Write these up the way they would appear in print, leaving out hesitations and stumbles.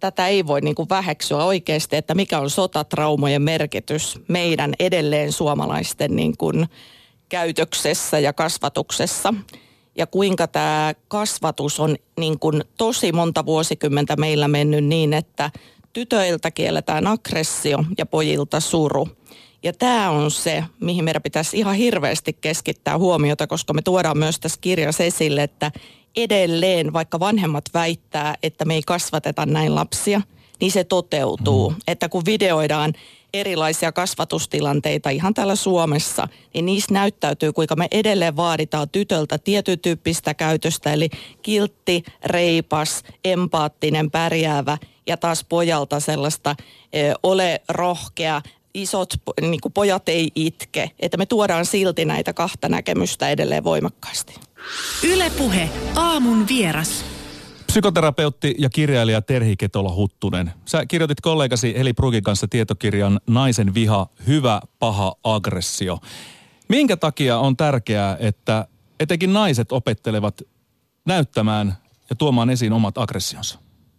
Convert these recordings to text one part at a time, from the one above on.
tätä ei voi niin kuin väheksyä oikeasti, että mikä on sotatraumojen merkitys meidän edelleen suomalaisten niin kuin käytöksessä ja kasvatuksessa. Ja kuinka tämä kasvatus on niin kuin tosi monta vuosikymmentä meillä mennyt niin, että tytöiltä kielletään aggressio ja pojilta suru. Ja tämä on se, mihin meidän pitäisi ihan hirveästi keskittää huomiota, koska me tuodaan myös tässä kirjassa esille, että edelleen, vaikka vanhemmat väittää, että me ei kasvateta näin lapsia, niin se toteutuu. Että kun videoidaan erilaisia kasvatustilanteita ihan täällä Suomessa, niin niissä näyttäytyy, kuinka me edelleen vaaditaan tytöltä tietyn tyyppistä käytöstä, eli kiltti, reipas, empaattinen, pärjäävä, ja taas pojalta sellaista ole rohkea, isot niin kuin pojat ei itke, että me tuodaan silti näitä kahta näkemystä edelleen voimakkaasti. Yle Puhe, aamun vieras. Psykoterapeutti ja kirjailija Terhi Ketola-Huttunen. Sä kirjoitit kollegasi Heli Brukin kanssa tietokirjan Naisen viha, hyvä, paha, aggressio. Minkä takia on tärkeää, että etenkin naiset opettelevat näyttämään ja tuomaan esiin omat aggressionsa?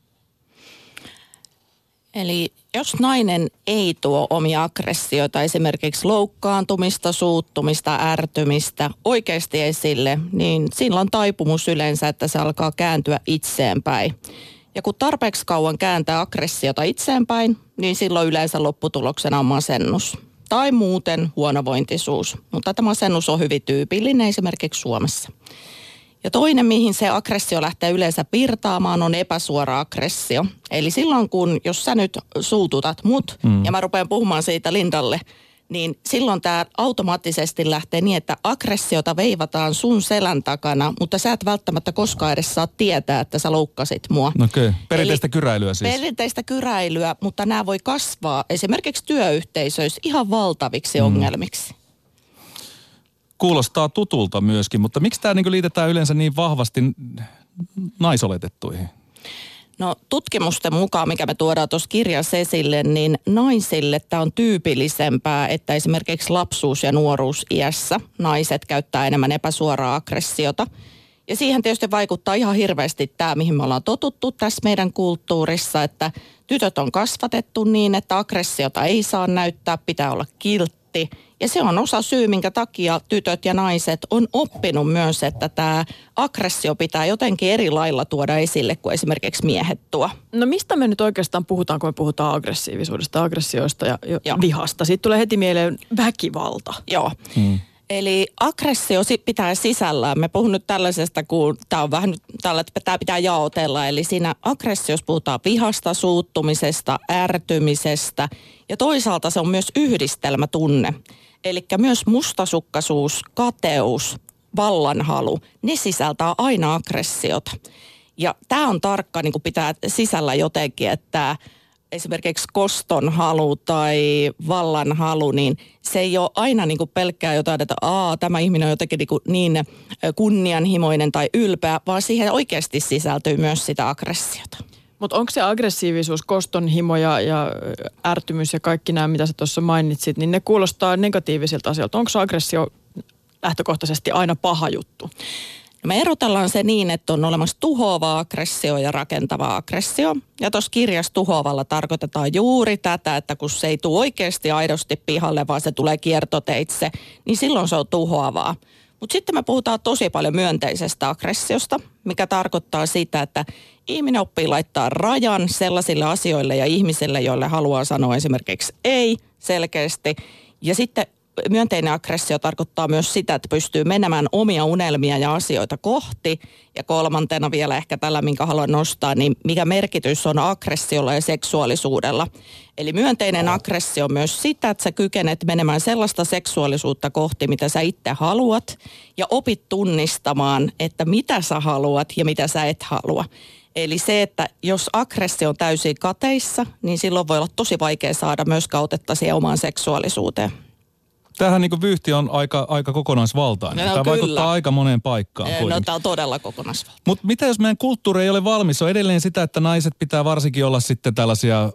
Eli jos nainen ei tuo omia aggressioita, esimerkiksi loukkaantumista, suuttumista, ärtymistä oikeasti esille, niin sillä on taipumus yleensä, että se alkaa kääntyä itseenpäin. Ja kun tarpeeksi kauan kääntää aggressiota itseenpäin, niin silloin yleensä lopputuloksena on masennus. Tai muuten huonovointisuus, mutta tämä masennus on hyvin tyypillinen esimerkiksi Suomessa. Ja toinen, mihin se aggressio lähtee yleensä virtaamaan, on epäsuora aggressio. Eli silloin, jos sä nyt suututat mut ja mä rupean puhumaan siitä Lindalle, niin silloin tämä automaattisesti lähtee niin, että aggressiota veivataan sun selän takana, mutta sä et välttämättä koskaan edes saa tietää, että sä loukkasit mua. Okei. Perinteistä kyräilyä siis. Perinteistä kyräilyä, mutta nämä voi kasvaa esimerkiksi työyhteisöissä ihan valtaviksi ongelmiksi. Kuulostaa tutulta myöskin, mutta miksi tämä niin liitetään yleensä niin vahvasti naisoletettuihin? No tutkimusten mukaan, mikä me tuodaan tuossa kirjassa esille, niin naisille tämä on tyypillisempää, että esimerkiksi lapsuus- ja nuoruusiässä naiset käyttää enemmän epäsuoraa aggressiota. Ja siihen tietysti vaikuttaa ihan hirveästi tämä, mihin me ollaan totuttu tässä meidän kulttuurissa, että tytöt on kasvatettu niin, että aggressiota ei saa näyttää, pitää olla kiltti. Ja se on osa syy, minkä takia tytöt ja naiset on oppinut myös, että tämä aggressio pitää jotenkin eri lailla tuoda esille kuin esimerkiksi miehet tuo. No mistä me nyt oikeastaan puhutaan, kun me puhutaan aggressiivisuudesta, aggressioista ja vihasta? Siitä tulee heti mieleen väkivalta. Joo. Eli aggressio pitää sisällään. Me puhun nyt tällaisesta, kun tämä on vähän nyt tällä, että tämä pitää jaotella. Eli siinä aggressiossa puhutaan vihasta, suuttumisesta, ärtymisestä ja toisaalta se on myös yhdistelmätunne. Eli myös mustasukkaisuus, kateus, vallanhalu, ne sisältää aina aggressiota. Ja tämä on tarkka, niin kuin pitää sisällä jotenkin, että esimerkiksi kostonhalu tai vallanhalu, niin se ei ole aina niin kuin pelkkää jotain, että tämä ihminen on jotenkin niin kunnianhimoinen tai ylpeä, vaan siihen oikeasti sisältyy myös sitä aggressiota. Mutta onko se aggressiivisuus, kostonhimo ja ärtymys ja kaikki nämä, mitä sä tuossa mainitsit, niin ne kuulostaa negatiivisilta asioilta. Onko se aggressio lähtökohtaisesti aina paha juttu? Me erotellaan se niin, että on olemassa tuhoava aggressio ja rakentava aggressio. Ja tuossa kirjassa tuhoavalla tarkoitetaan juuri tätä, että kun se ei tule oikeasti aidosti pihalle, vaan se tulee kiertoteitse, niin silloin se on tuhoavaa. Mutta sitten me puhutaan tosi paljon myönteisestä aggressiosta, mikä tarkoittaa sitä, että ihminen oppii laittaa rajan sellaisille asioille ja ihmisille, joille haluaa sanoa esimerkiksi ei selkeästi. Ja sitten myönteinen aggressio tarkoittaa myös sitä, että pystyy menemään omia unelmia ja asioita kohti. Ja kolmantena vielä ehkä tällä, minkä haluan nostaa, niin mikä merkitys on aggressiolla ja seksuaalisuudella. Eli myönteinen aggressio on myös sitä, että sä kykenet menemään sellaista seksuaalisuutta kohti, mitä sä itse haluat. Ja opit tunnistamaan, että mitä sä haluat ja mitä sä et halua. Eli se, että jos aggressio on täysin kateissa, niin silloin voi olla tosi vaikea saada myös kautetta siihen omaan seksuaalisuuteen. Tämähän niin kuin vyyhti on aika kokonaisvaltainen. Tämä vaikuttaa aika moneen paikkaan. No tämä on todella kokonaisvaltainen. Mutta mitä jos meidän kulttuuri ei ole valmis? On edelleen sitä, että naiset pitää varsinkin olla sitten tällaisia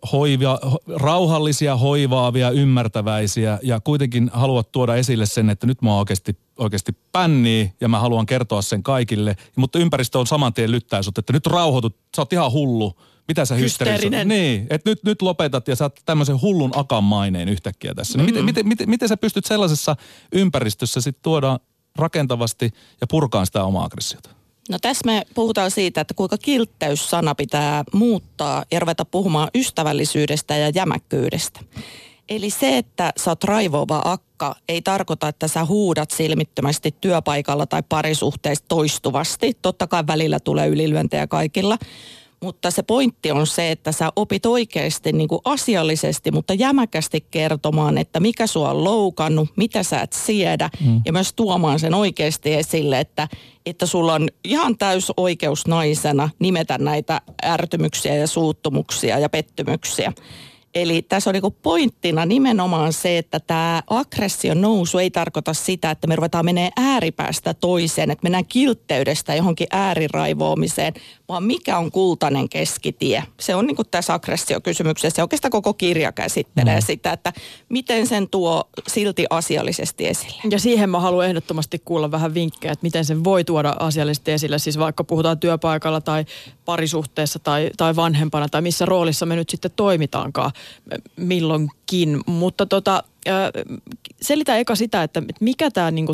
rauhallisia, hoivaavia, ymmärtäväisiä ja kuitenkin haluat tuoda esille sen, että nyt mä oon oikeasti pännii ja mä haluan kertoa sen kaikille. Mutta ympäristö on saman tien lyttää sut, että nyt rauhoitut, sä oot ihan hullu. mitä sä hysteerisoit? Niin, että nyt lopetat ja saat tämmöisen hullun akan maineen yhtäkkiä tässä. Niin miten sä pystyt sellaisessa ympäristössä sitten tuoda rakentavasti ja purkaan sitä omaa aggressiota? No tässä me puhutaan siitä, että kuinka kiltteyssana pitää muuttaa ja ruveta puhumaan ystävällisyydestä ja jämäkkyydestä. Eli se, että sä oot raivoava akka, ei tarkoita, että sä huudat silmittömästi työpaikalla tai parisuhteessa toistuvasti. Totta kai välillä tulee ylilyöntejä kaikilla. Mutta se pointti on se, että sä opit oikeasti niin kuin asiallisesti, mutta jämäkästi kertomaan, että mikä sua on loukannut, mitä sä et siedä. Ja myös tuomaan sen oikeasti esille, että sulla on ihan täys oikeus naisena nimetä näitä ärtymyksiä ja suuttumuksia ja pettymyksiä. Eli tässä on niinku pointtina nimenomaan se, että tämä aggression nousu ei tarkoita sitä, että me ruvetaan menee ääripäästä toiseen, että mennään kiltteydestä johonkin ääriraivoamiseen, vaan mikä on kultainen keskitie. Se on niinku tässä aggressiokysymyksessä ja oikeastaan koko kirja käsittelee sitä, että miten sen tuo silti asiallisesti esille. Ja siihen mä haluan ehdottomasti kuulla vähän vinkkejä, että miten sen voi tuoda asiallisesti esille, siis vaikka puhutaan työpaikalla tai parisuhteessa tai vanhempana tai missä roolissa me nyt sitten toimitaankaan milloinkin, mutta selitä eka sitä, että mikä tämä niinku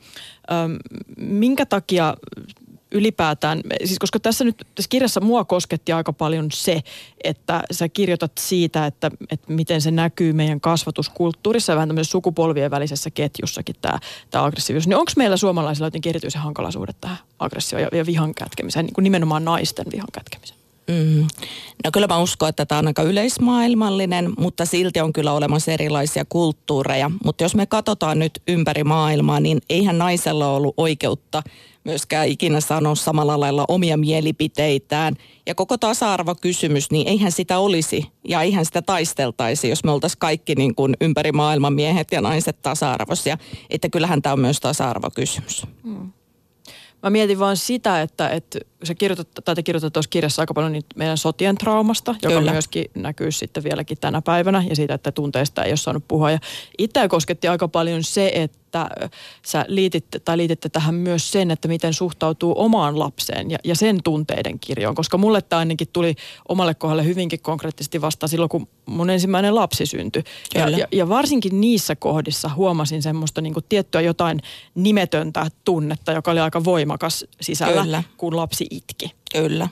minkä takia ylipäätään, siis koska tässä kirjassa mua kosketti aika paljon se, että sä kirjoitat siitä, että miten se näkyy meidän kasvatuskulttuurissa ja vähän tämmöisessä sukupolvien välisessä ketjussakin tämä aggressiivisuus. Niin onko meillä suomalaisilla jotenkin erityisen hankala suhde tähän aggressioon ja vihan kätkemiseen, niin kuin nimenomaan naisten vihan kätkemiseen? No kyllä mä uskon, että tämä on aika yleismaailmallinen, mutta silti on kyllä olemassa erilaisia kulttuureja. Mutta jos me katsotaan nyt ympäri maailmaa, niin eihän naisella ollut oikeutta myöskään ikinä sanoa samalla lailla omia mielipiteitään. Ja koko tasa-arvokysymys, niin eihän sitä olisi ja eihän sitä taisteltaisi, jos me oltaisiin kaikki niin kuin ympäri maailman miehet ja naiset tasa-arvoisia. Että kyllähän tämä on myös tasa-arvokysymys. Mä mietin vaan sitä, että te kirjoitat tuossa kirjassa aika paljon meidän sotien traumasta, joka Kyllä. myöskin näkyy sitten vieläkin tänä päivänä ja siitä, että tunteista ei ole saanut puhua. Ja itseä kosketti aika paljon se, että sä liititte tähän myös sen, että miten suhtautuu omaan lapseen ja sen tunteiden kirjoon. Koska mulle tämä ainakin tuli omalle kohdalle hyvinkin konkreettisesti vasta silloin, kun mun ensimmäinen lapsi syntyi. Ja varsinkin niissä kohdissa huomasin semmoista niin kuin tiettyä jotain nimetöntä tunnetta, joka oli aika voimakas sisällä, Kyllä. kun lapsi itki. Kyllä.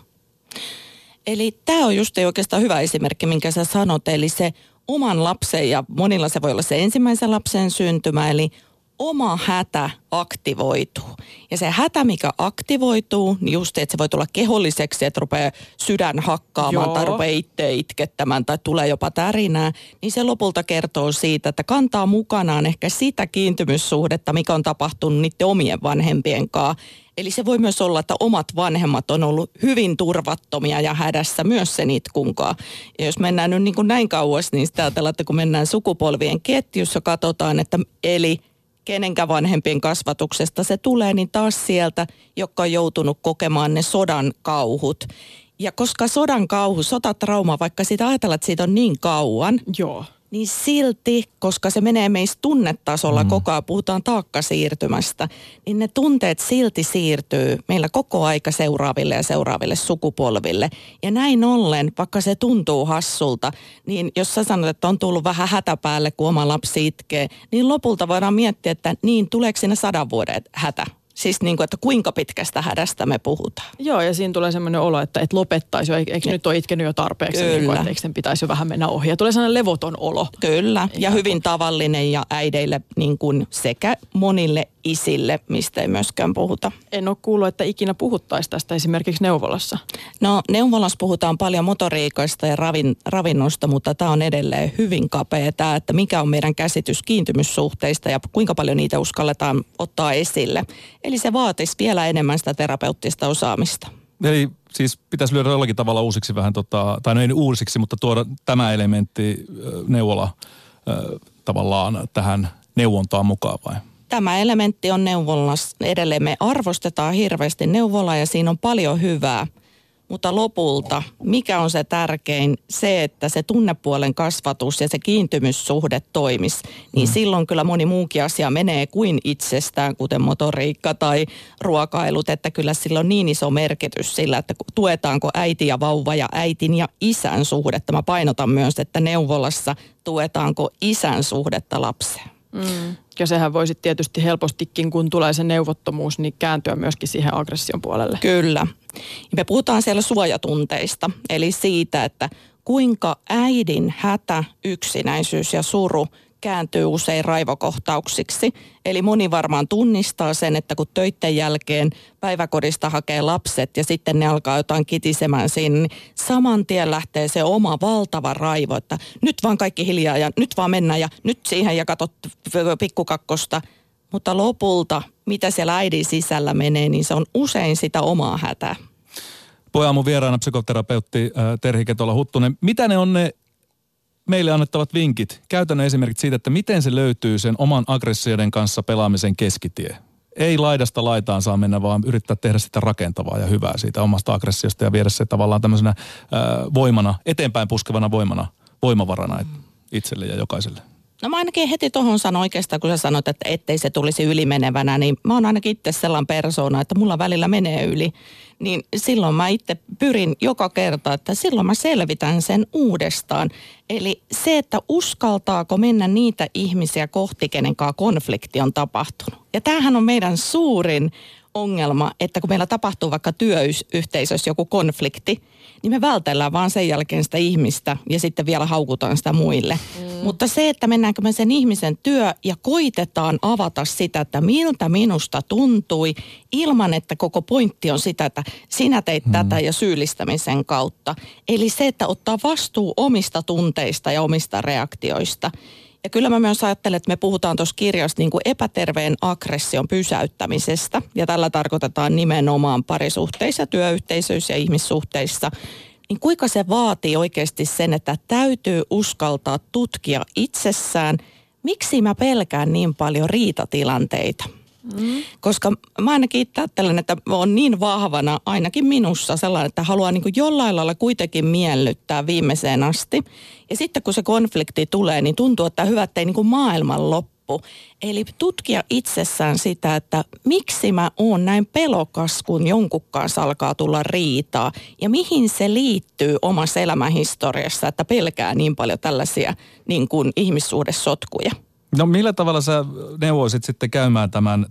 Eli tämä on just oikeastaan hyvä esimerkki, minkä sä sanot, eli se oman lapsen ja monilla se voi olla se ensimmäisen lapsen syntymä, eli oma hätä aktivoituu. Ja se hätä, mikä aktivoituu, niin just että se voi tulla keholliseksi, että rupeaa sydän hakkaamaan tai rupeaa itse itkettämään tai tulee jopa tärinää, niin se lopulta kertoo siitä, että kantaa mukanaan ehkä sitä kiintymyssuhdetta, mikä on tapahtunut niiden omien vanhempien kanssa. Eli se voi myös olla, että omat vanhemmat on ollut hyvin turvattomia ja hädässä myös sen itkunkaan. Ja jos mennään nyt niin kuin näin kauas, niin sitä ajatellaan, että kun mennään sukupolvien ketjussa, katsotaan, että eli kenenkä vanhempien kasvatuksesta se tulee, niin taas sieltä, jotka on joutunut kokemaan ne sodan kauhut. Ja koska sodan kauhu, sotatrauma, vaikka sitä ajatellaan, että siitä on niin kauan, niin silti, koska se menee meistä tunnetasolla koko ajan, puhutaan taakkasiirtymästä, niin ne tunteet silti siirtyy meillä koko aika seuraaville ja seuraaville sukupolville. Ja näin ollen, vaikka se tuntuu hassulta, niin jos sä sanot, että on tullut vähän hätä päälle, kun oma lapsi itkee, niin lopulta voidaan miettiä, että niin, tuleeko sinne 100 vuoden hätä? Siis niin kuin, että kuinka pitkästä hädästä me puhutaan. Joo, ja siinä tulee semmoinen olo, että lopettaisi jo, eikö nyt ole itkenyt jo tarpeeksi, niin kuin, että eikö sen pitäisi jo vähän mennä ohi. Ja tulee sellainen levoton olo. Kyllä, ja hyvin tavallinen ja äideille niin kuin sekä monille isille, mistä ei myöskään puhuta. En ole kuullut, että ikinä puhuttaisiin tästä esimerkiksi neuvolassa. No neuvolassa puhutaan paljon motoriikasta ja ravinnosta, mutta tämä on edelleen hyvin kapea tämä, että mikä on meidän käsitys kiintymyssuhteista ja kuinka paljon niitä uskalletaan ottaa esille. Eli se vaatisi vielä enemmän sitä terapeuttista osaamista. Eli siis pitäisi lyödä jollakin tavalla uusiksi vähän, tai no ei uusiksi, mutta tuoda tämä elementti neuvola tavallaan tähän neuvontaan mukaan vai? Tämä elementti on neuvolassa. Edelleen me arvostetaan hirveästi neuvolaa ja siinä on paljon hyvää. Mutta lopulta, mikä on se tärkein, se, että se tunnepuolen kasvatus ja se kiintymyssuhde toimisi, niin silloin kyllä moni muukin asia menee kuin itsestään, kuten motoriikka tai ruokailut, että kyllä sillä on niin iso merkitys sillä, että tuetaanko äiti ja vauva ja äitin ja isän suhdetta. Mä painotan myös, että neuvolassa tuetaanko isän suhdetta lapseen. Ja sehän voisi tietysti helpostikin, kun tulee se neuvottomuus, niin kääntyä myöskin siihen aggression puolelle. Kyllä. Me puhutaan siellä suojatunteista, eli siitä, että kuinka äidin hätä, yksinäisyys ja suru kääntyy usein raivokohtauksiksi. Eli moni varmaan tunnistaa sen, että kun töitten jälkeen päiväkodista hakee lapset ja sitten ne alkaa jotain kitisemään siinä, niin saman tien lähtee se oma valtava raivo, että nyt vaan kaikki hiljaa ja nyt vaan mennään ja nyt siihen ja katot pikkukakkosta. Mutta lopulta, mitä siellä äidin sisällä menee, niin se on usein sitä omaa hätää. Pohja-aamun vieraana psykoterapeutti Terhi Ketola-Huttunen. Mitä ne on ne meille annettavat vinkit, käytännön esimerkit siitä, että miten se löytyy sen oman aggressioiden kanssa pelaamisen keskitie? Ei laidasta laitaan saa mennä, vaan yrittää tehdä sitä rakentavaa ja hyvää siitä omasta aggressiosta ja viedä se tavallaan tämmöisenä voimana, eteenpäin puskevana voimavarana itselle ja jokaiselle. No mä ainakin heti tohon sanon oikeastaan, kun sä sanot, että ettei se tulisi ylimenevänä, niin mä oon ainakin itse sellainen persoona, että mulla välillä menee yli. Niin silloin mä itse pyrin joka kerta, että silloin mä selvitän sen uudestaan. Eli se, että uskaltaako mennä niitä ihmisiä kohti, kenenkaan konflikti on tapahtunut. Ja tämähän on meidän suurin ongelma, että kun meillä tapahtuu vaikka työyhteisössä joku konflikti, niin me vältellään vaan sen jälkeen sitä ihmistä ja sitten vielä haukutaan sitä muille. Mutta se, että mennäänkö me sen ihmisen työ ja koitetaan avata sitä, että miltä minusta tuntui, ilman että koko pointti on sitä, että sinä teit tätä ja syyllistämisen kautta. Eli se, että ottaa vastuu omista tunteista ja omista reaktioista. Ja kyllä mä myös ajattelen, että me puhutaan tuossa kirjassa niin kuin epäterveen aggression pysäyttämisestä. Ja tällä tarkoitetaan nimenomaan parisuhteissa, työyhteisöissä ja ihmissuhteissa. Niin kuinka se vaatii oikeasti sen, että täytyy uskaltaa tutkia itsessään, miksi mä pelkään niin paljon riitatilanteita. Koska mä ainakin itse ajattelen, että on niin vahvana ainakin minussa sellainen, että haluaa niin kuin jollain lailla kuitenkin miellyttää viimeiseen asti. Ja sitten kun se konflikti tulee, niin tuntuu, että hyvä, että ei niin kuin maailman loppu. Eli tutkia itsessään sitä, että miksi mä oon näin pelokas, kun jonkun kanssa alkaa tulla riitaa. Ja mihin se liittyy omassa elämänhistoriassa, että pelkää niin paljon tällaisia niin kuin ihmissuhdesotkuja. No millä tavalla sä neuvoisit sitten käymään tämän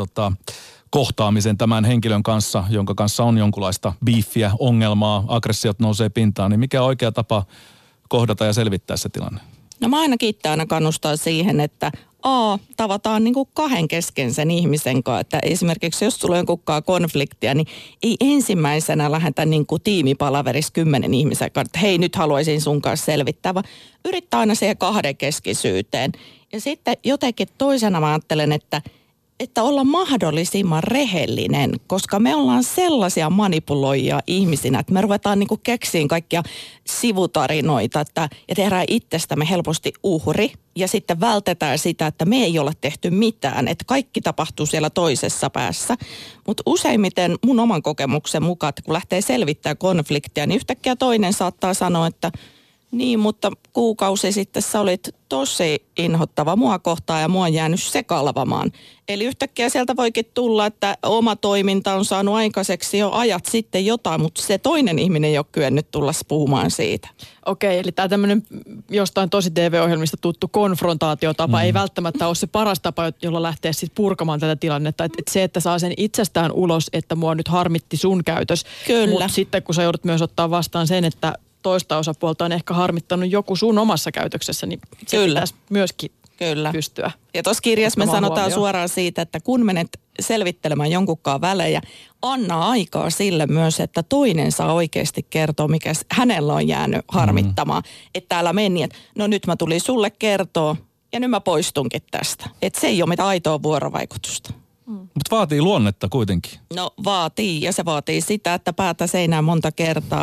kohtaamisen tämän henkilön kanssa, jonka kanssa on jonkunlaista beefiä, ongelmaa, aggressiot nousee pintaan, niin mikä on oikea tapa kohdata ja selvittää se tilanne? No mä ainakin itse aina kannustan siihen, että tavataan niin kuin kahden kesken sen ihmisen kanssa, että esimerkiksi jos sulla on jonkunkaan konfliktia, niin ei ensimmäisenä lähdetä niin kuin tiimipalaverissa 10 ihmisen kanssa, että hei nyt haluaisin sun kanssa selvittää, vaan yrittää aina siihen kahden keskisyyteen. Ja sitten jotenkin toisena mä ajattelen, että olla mahdollisimman rehellinen, koska me ollaan sellaisia manipuloijia ihmisinä, että me ruvetaan niin kuin keksiin kaikkia sivutarinoita ja tehdään itsestämme helposti uhri ja sitten vältetään sitä, että me ei olla tehty mitään, että kaikki tapahtuu siellä toisessa päässä. Mutta useimmiten mun oman kokemuksen mukaan, että kun lähtee selvittämään konfliktia, niin yhtäkkiä toinen saattaa sanoa, että niin, mutta kuukausi sitten sä olit tosi inhottava mua kohtaan ja mua on jäänyt se kalvamaan. Eli yhtäkkiä sieltä voikin tulla, että oma toiminta on saanut aikaiseksi jo ajat sitten jotain, mutta se toinen ihminen ei ole kyennyt tulla puhumaan siitä. Okei, eli tämä tämmöinen jostain tosi TV-ohjelmista tuttu konfrontaatiotapa ei välttämättä ole se paras tapa, jolla lähtee sitten purkamaan tätä tilannetta. Et se, että saa sen itsestään ulos, että mua nyt harmitti sun käytös. Kyllä. Mutta sitten kun sä joudut myös ottaa vastaan sen, että toista osapuolta on ehkä harmittanut joku sun omassa käytöksessä, niin se pitäisi myöskin pystyä. Ja tuossa kirjassa me sanotaan suoraan siitä, että kun menet selvittelemään jonkunkaan välejä, anna aikaa sille myös, että toinen saa oikeasti kertoa, mikä hänellä on jäänyt harmittamaan. Että täällä meni, että no nyt mä tulin sulle kertoa ja nyt mä poistunkin tästä. Että se ei ole mitään aitoa vuorovaikutusta. Mutta vaatii luonnetta kuitenkin. No vaatii, ja se vaatii sitä, että päätä seinään monta kertaa.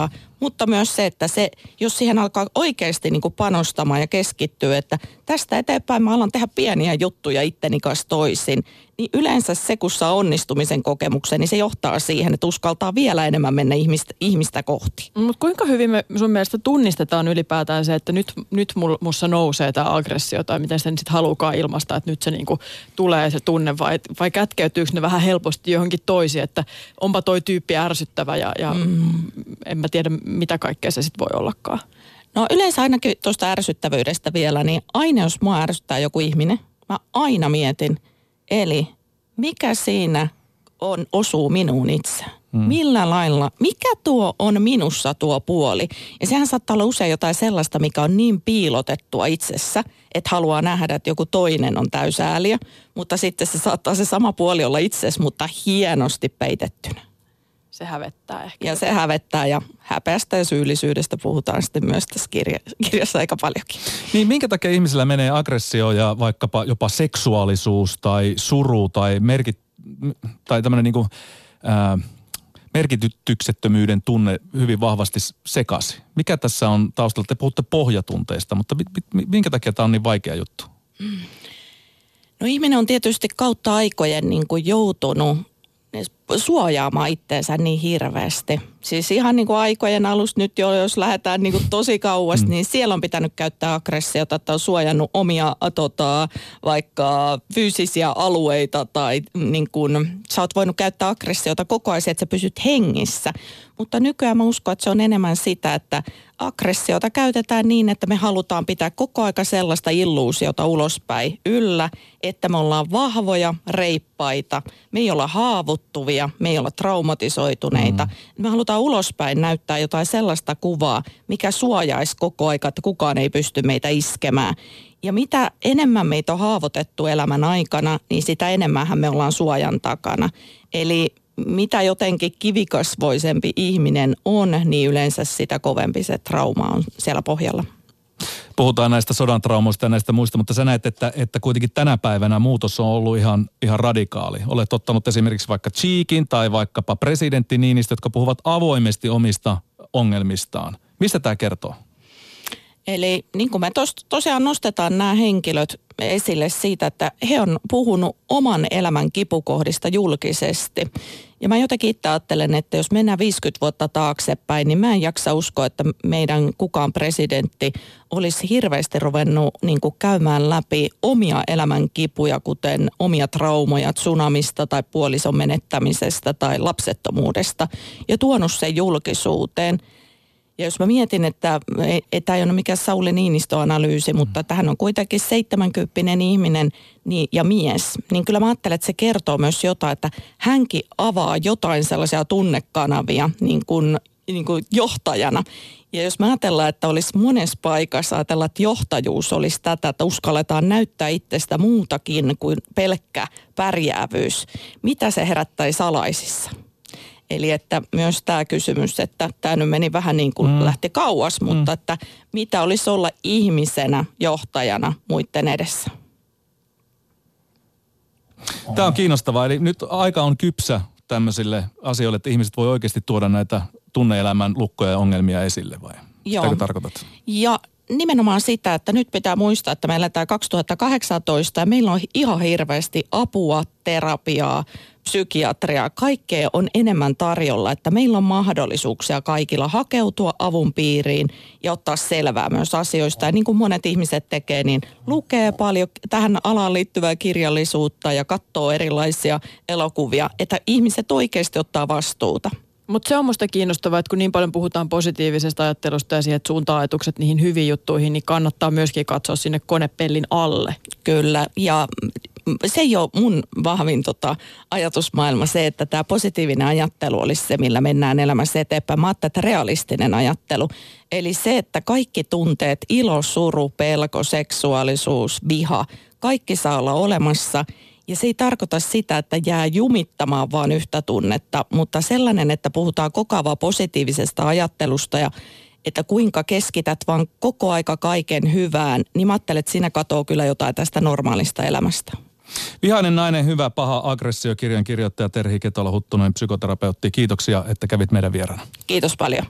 mutta myös se, että jos siihen alkaa oikeasti niin kuin panostamaan ja keskittyä, että tästä eteenpäin mä alan tehdä pieniä juttuja itteni kanssa toisin, niin yleensä se, kun saa onnistumisen kokemuksen, niin se johtaa siihen, että uskaltaa vielä enemmän mennä ihmistä kohti. Mutta kuinka hyvin me sun mielestä tunnistetaan ylipäätään se, että nyt mussa nousee tämä aggressio, tai miten sen sitten haluukaan ilmaista, että nyt se niinku tulee se tunne, vai kätkeytyykö ne vähän helposti johonkin toisiin, että onpa toi tyyppi ärsyttävä ja en mä tiedä mitä kaikkea se sitten voi ollakaan. No yleensä ainakin tuosta ärsyttävyydestä vielä, niin aina jos mua ärsyttää joku ihminen, mä aina mietin, eli mikä siinä osuu minuun itse? Millä lailla, mikä tuo on minussa tuo puoli? Ja sehän saattaa olla usein jotain sellaista, mikä on niin piilotettua itsessä, että haluaa nähdä, että joku toinen on täysääliö, mutta sitten se saattaa se sama puoli olla itsessä, mutta hienosti peitettynä. Se hävettää ehkä. Ja se hävettää ja häpeästä ja syyllisyydestä puhutaan sitten myös tässä kirjassa aika paljonkin. Niin minkä takia ihmisillä menee aggressio ja vaikkapa jopa seksuaalisuus tai suru tai tämmöinen niinku, merkityksettömyyden tunne hyvin vahvasti sekaisin? Mikä tässä on taustalla? Te puhutte pohjatunteista, mutta minkä takia tämä on niin vaikea juttu? No ihminen on tietysti kautta aikojen niin kuin joutunut suojaamaan itteensä niin hirveästi. Siis ihan niin kuin aikojen alusta nyt jo, jos lähdetään niin kuin tosi kauas, niin siellä on pitänyt käyttää aggressiota, että on suojannut omia vaikka fyysisiä alueita tai niin kuin, sä oot voinut käyttää aggressiota koko ajan, että sä pysyt hengissä. Mutta nykyään mä uskon, että se on enemmän sitä, että aggressiota käytetään niin, että me halutaan pitää koko aika sellaista illuusiota ulospäin yllä, että me ollaan vahvoja, reippaita, me ei olla haavoittuvia, me ei olla traumatisoituneita. Me halutaan ulospäin näyttää jotain sellaista kuvaa, mikä suojaisi koko aika, että kukaan ei pysty meitä iskemään. Ja mitä enemmän meitä on haavoitettu elämän aikana, niin sitä enemmänhän me ollaan suojan takana. Eli mitä jotenkin kivikasvoisempi ihminen on, niin yleensä sitä kovempi se trauma on siellä pohjalla. Puhutaan näistä sodan traumoista ja näistä muista, mutta sä näet, että kuitenkin tänä päivänä muutos on ollut ihan radikaali. Olet ottanut esimerkiksi vaikka Cheekin tai vaikkapa presidentti Niinistö, jotka puhuvat avoimesti omista ongelmistaan. Mistä tämä kertoo? Eli niin kuin me tosiaan nostetaan nämä henkilöt esille siitä, että he on puhunut oman elämän kipukohdista julkisesti. Ja mä jotenkin itse ajattelen, että jos mennään 50 vuotta taaksepäin, niin mä en jaksa uskoa, että meidän kukaan presidentti olisi hirveästi ruvennut niin kuin käymään läpi omia elämän kipuja, kuten omia traumoja tsunamista tai puolison menettämisestä tai lapsettomuudesta ja tuonut sen julkisuuteen. Ja jos mä mietin, että tämä ei ole mikään Sauli Niinistö-analyysi, mutta että hän on kuitenkin 70 ihminen ja mies, niin kyllä mä ajattelen, että se kertoo myös jotain, että hänkin avaa jotain sellaisia tunnekanavia niin kuin johtajana. Ja jos mä ajatellaan, että olisi monessa paikassa ajatella, että johtajuus olisi tätä, että uskalletaan näyttää itsestä muutakin kuin pelkkä pärjäävyys, mitä se herättäisi salaisissa? Eli että myös tämä kysymys, että tämä nyt meni vähän niin kuin lähti kauas, mutta että mitä olisi olla ihmisenä, johtajana muiden edessä? Tämä on kiinnostavaa. Eli nyt aika on kypsä tämmöisille asioille, että ihmiset voi oikeasti tuoda näitä tunne-elämän lukkoja ja ongelmia esille vai? Joo. Sitäkö tarkoitat? Ja nimenomaan sitä, että nyt pitää muistaa, että me eletään 2018 ja meillä on ihan hirveästi apua, terapiaa, psykiatriaa, kaikkea on enemmän tarjolla, että meillä on mahdollisuuksia kaikilla hakeutua avun piiriin ja ottaa selvää myös asioista. Ja niin kuin monet ihmiset tekee, niin lukee paljon tähän alaan liittyvää kirjallisuutta ja katsoo erilaisia elokuvia, että ihmiset oikeasti ottaa vastuuta. Mutta se on musta kiinnostavaa, että kun niin paljon puhutaan positiivisesta ajattelusta ja siihen, että suuntaa ajatukset niihin hyviin juttuihin, niin kannattaa myöskin katsoa sinne konepellin alle. Kyllä, ja se ei ole mun vahvin ajatusmaailma se, että tämä positiivinen ajattelu olisi se, millä mennään elämässä eteenpäin. Mä ajattelen, että realistinen ajattelu, eli se, että kaikki tunteet, ilo, suru, pelko, seksuaalisuus, viha, kaikki saa olla olemassa. Ja se ei tarkoita sitä, että jää jumittamaan vaan yhtä tunnetta, mutta sellainen, että puhutaan koko ajan positiivisesta ajattelusta ja että kuinka keskität vaan koko aika kaiken hyvään, niin mä ajattelen, että siinä katoo kyllä jotain tästä normaalista elämästä. Vihainen nainen, hyvä, paha, aggressio -kirjan kirjoittaja Terhi Ketola-Huttunen, psykoterapeutti. Kiitoksia, että kävit meidän vieraana. Kiitos paljon.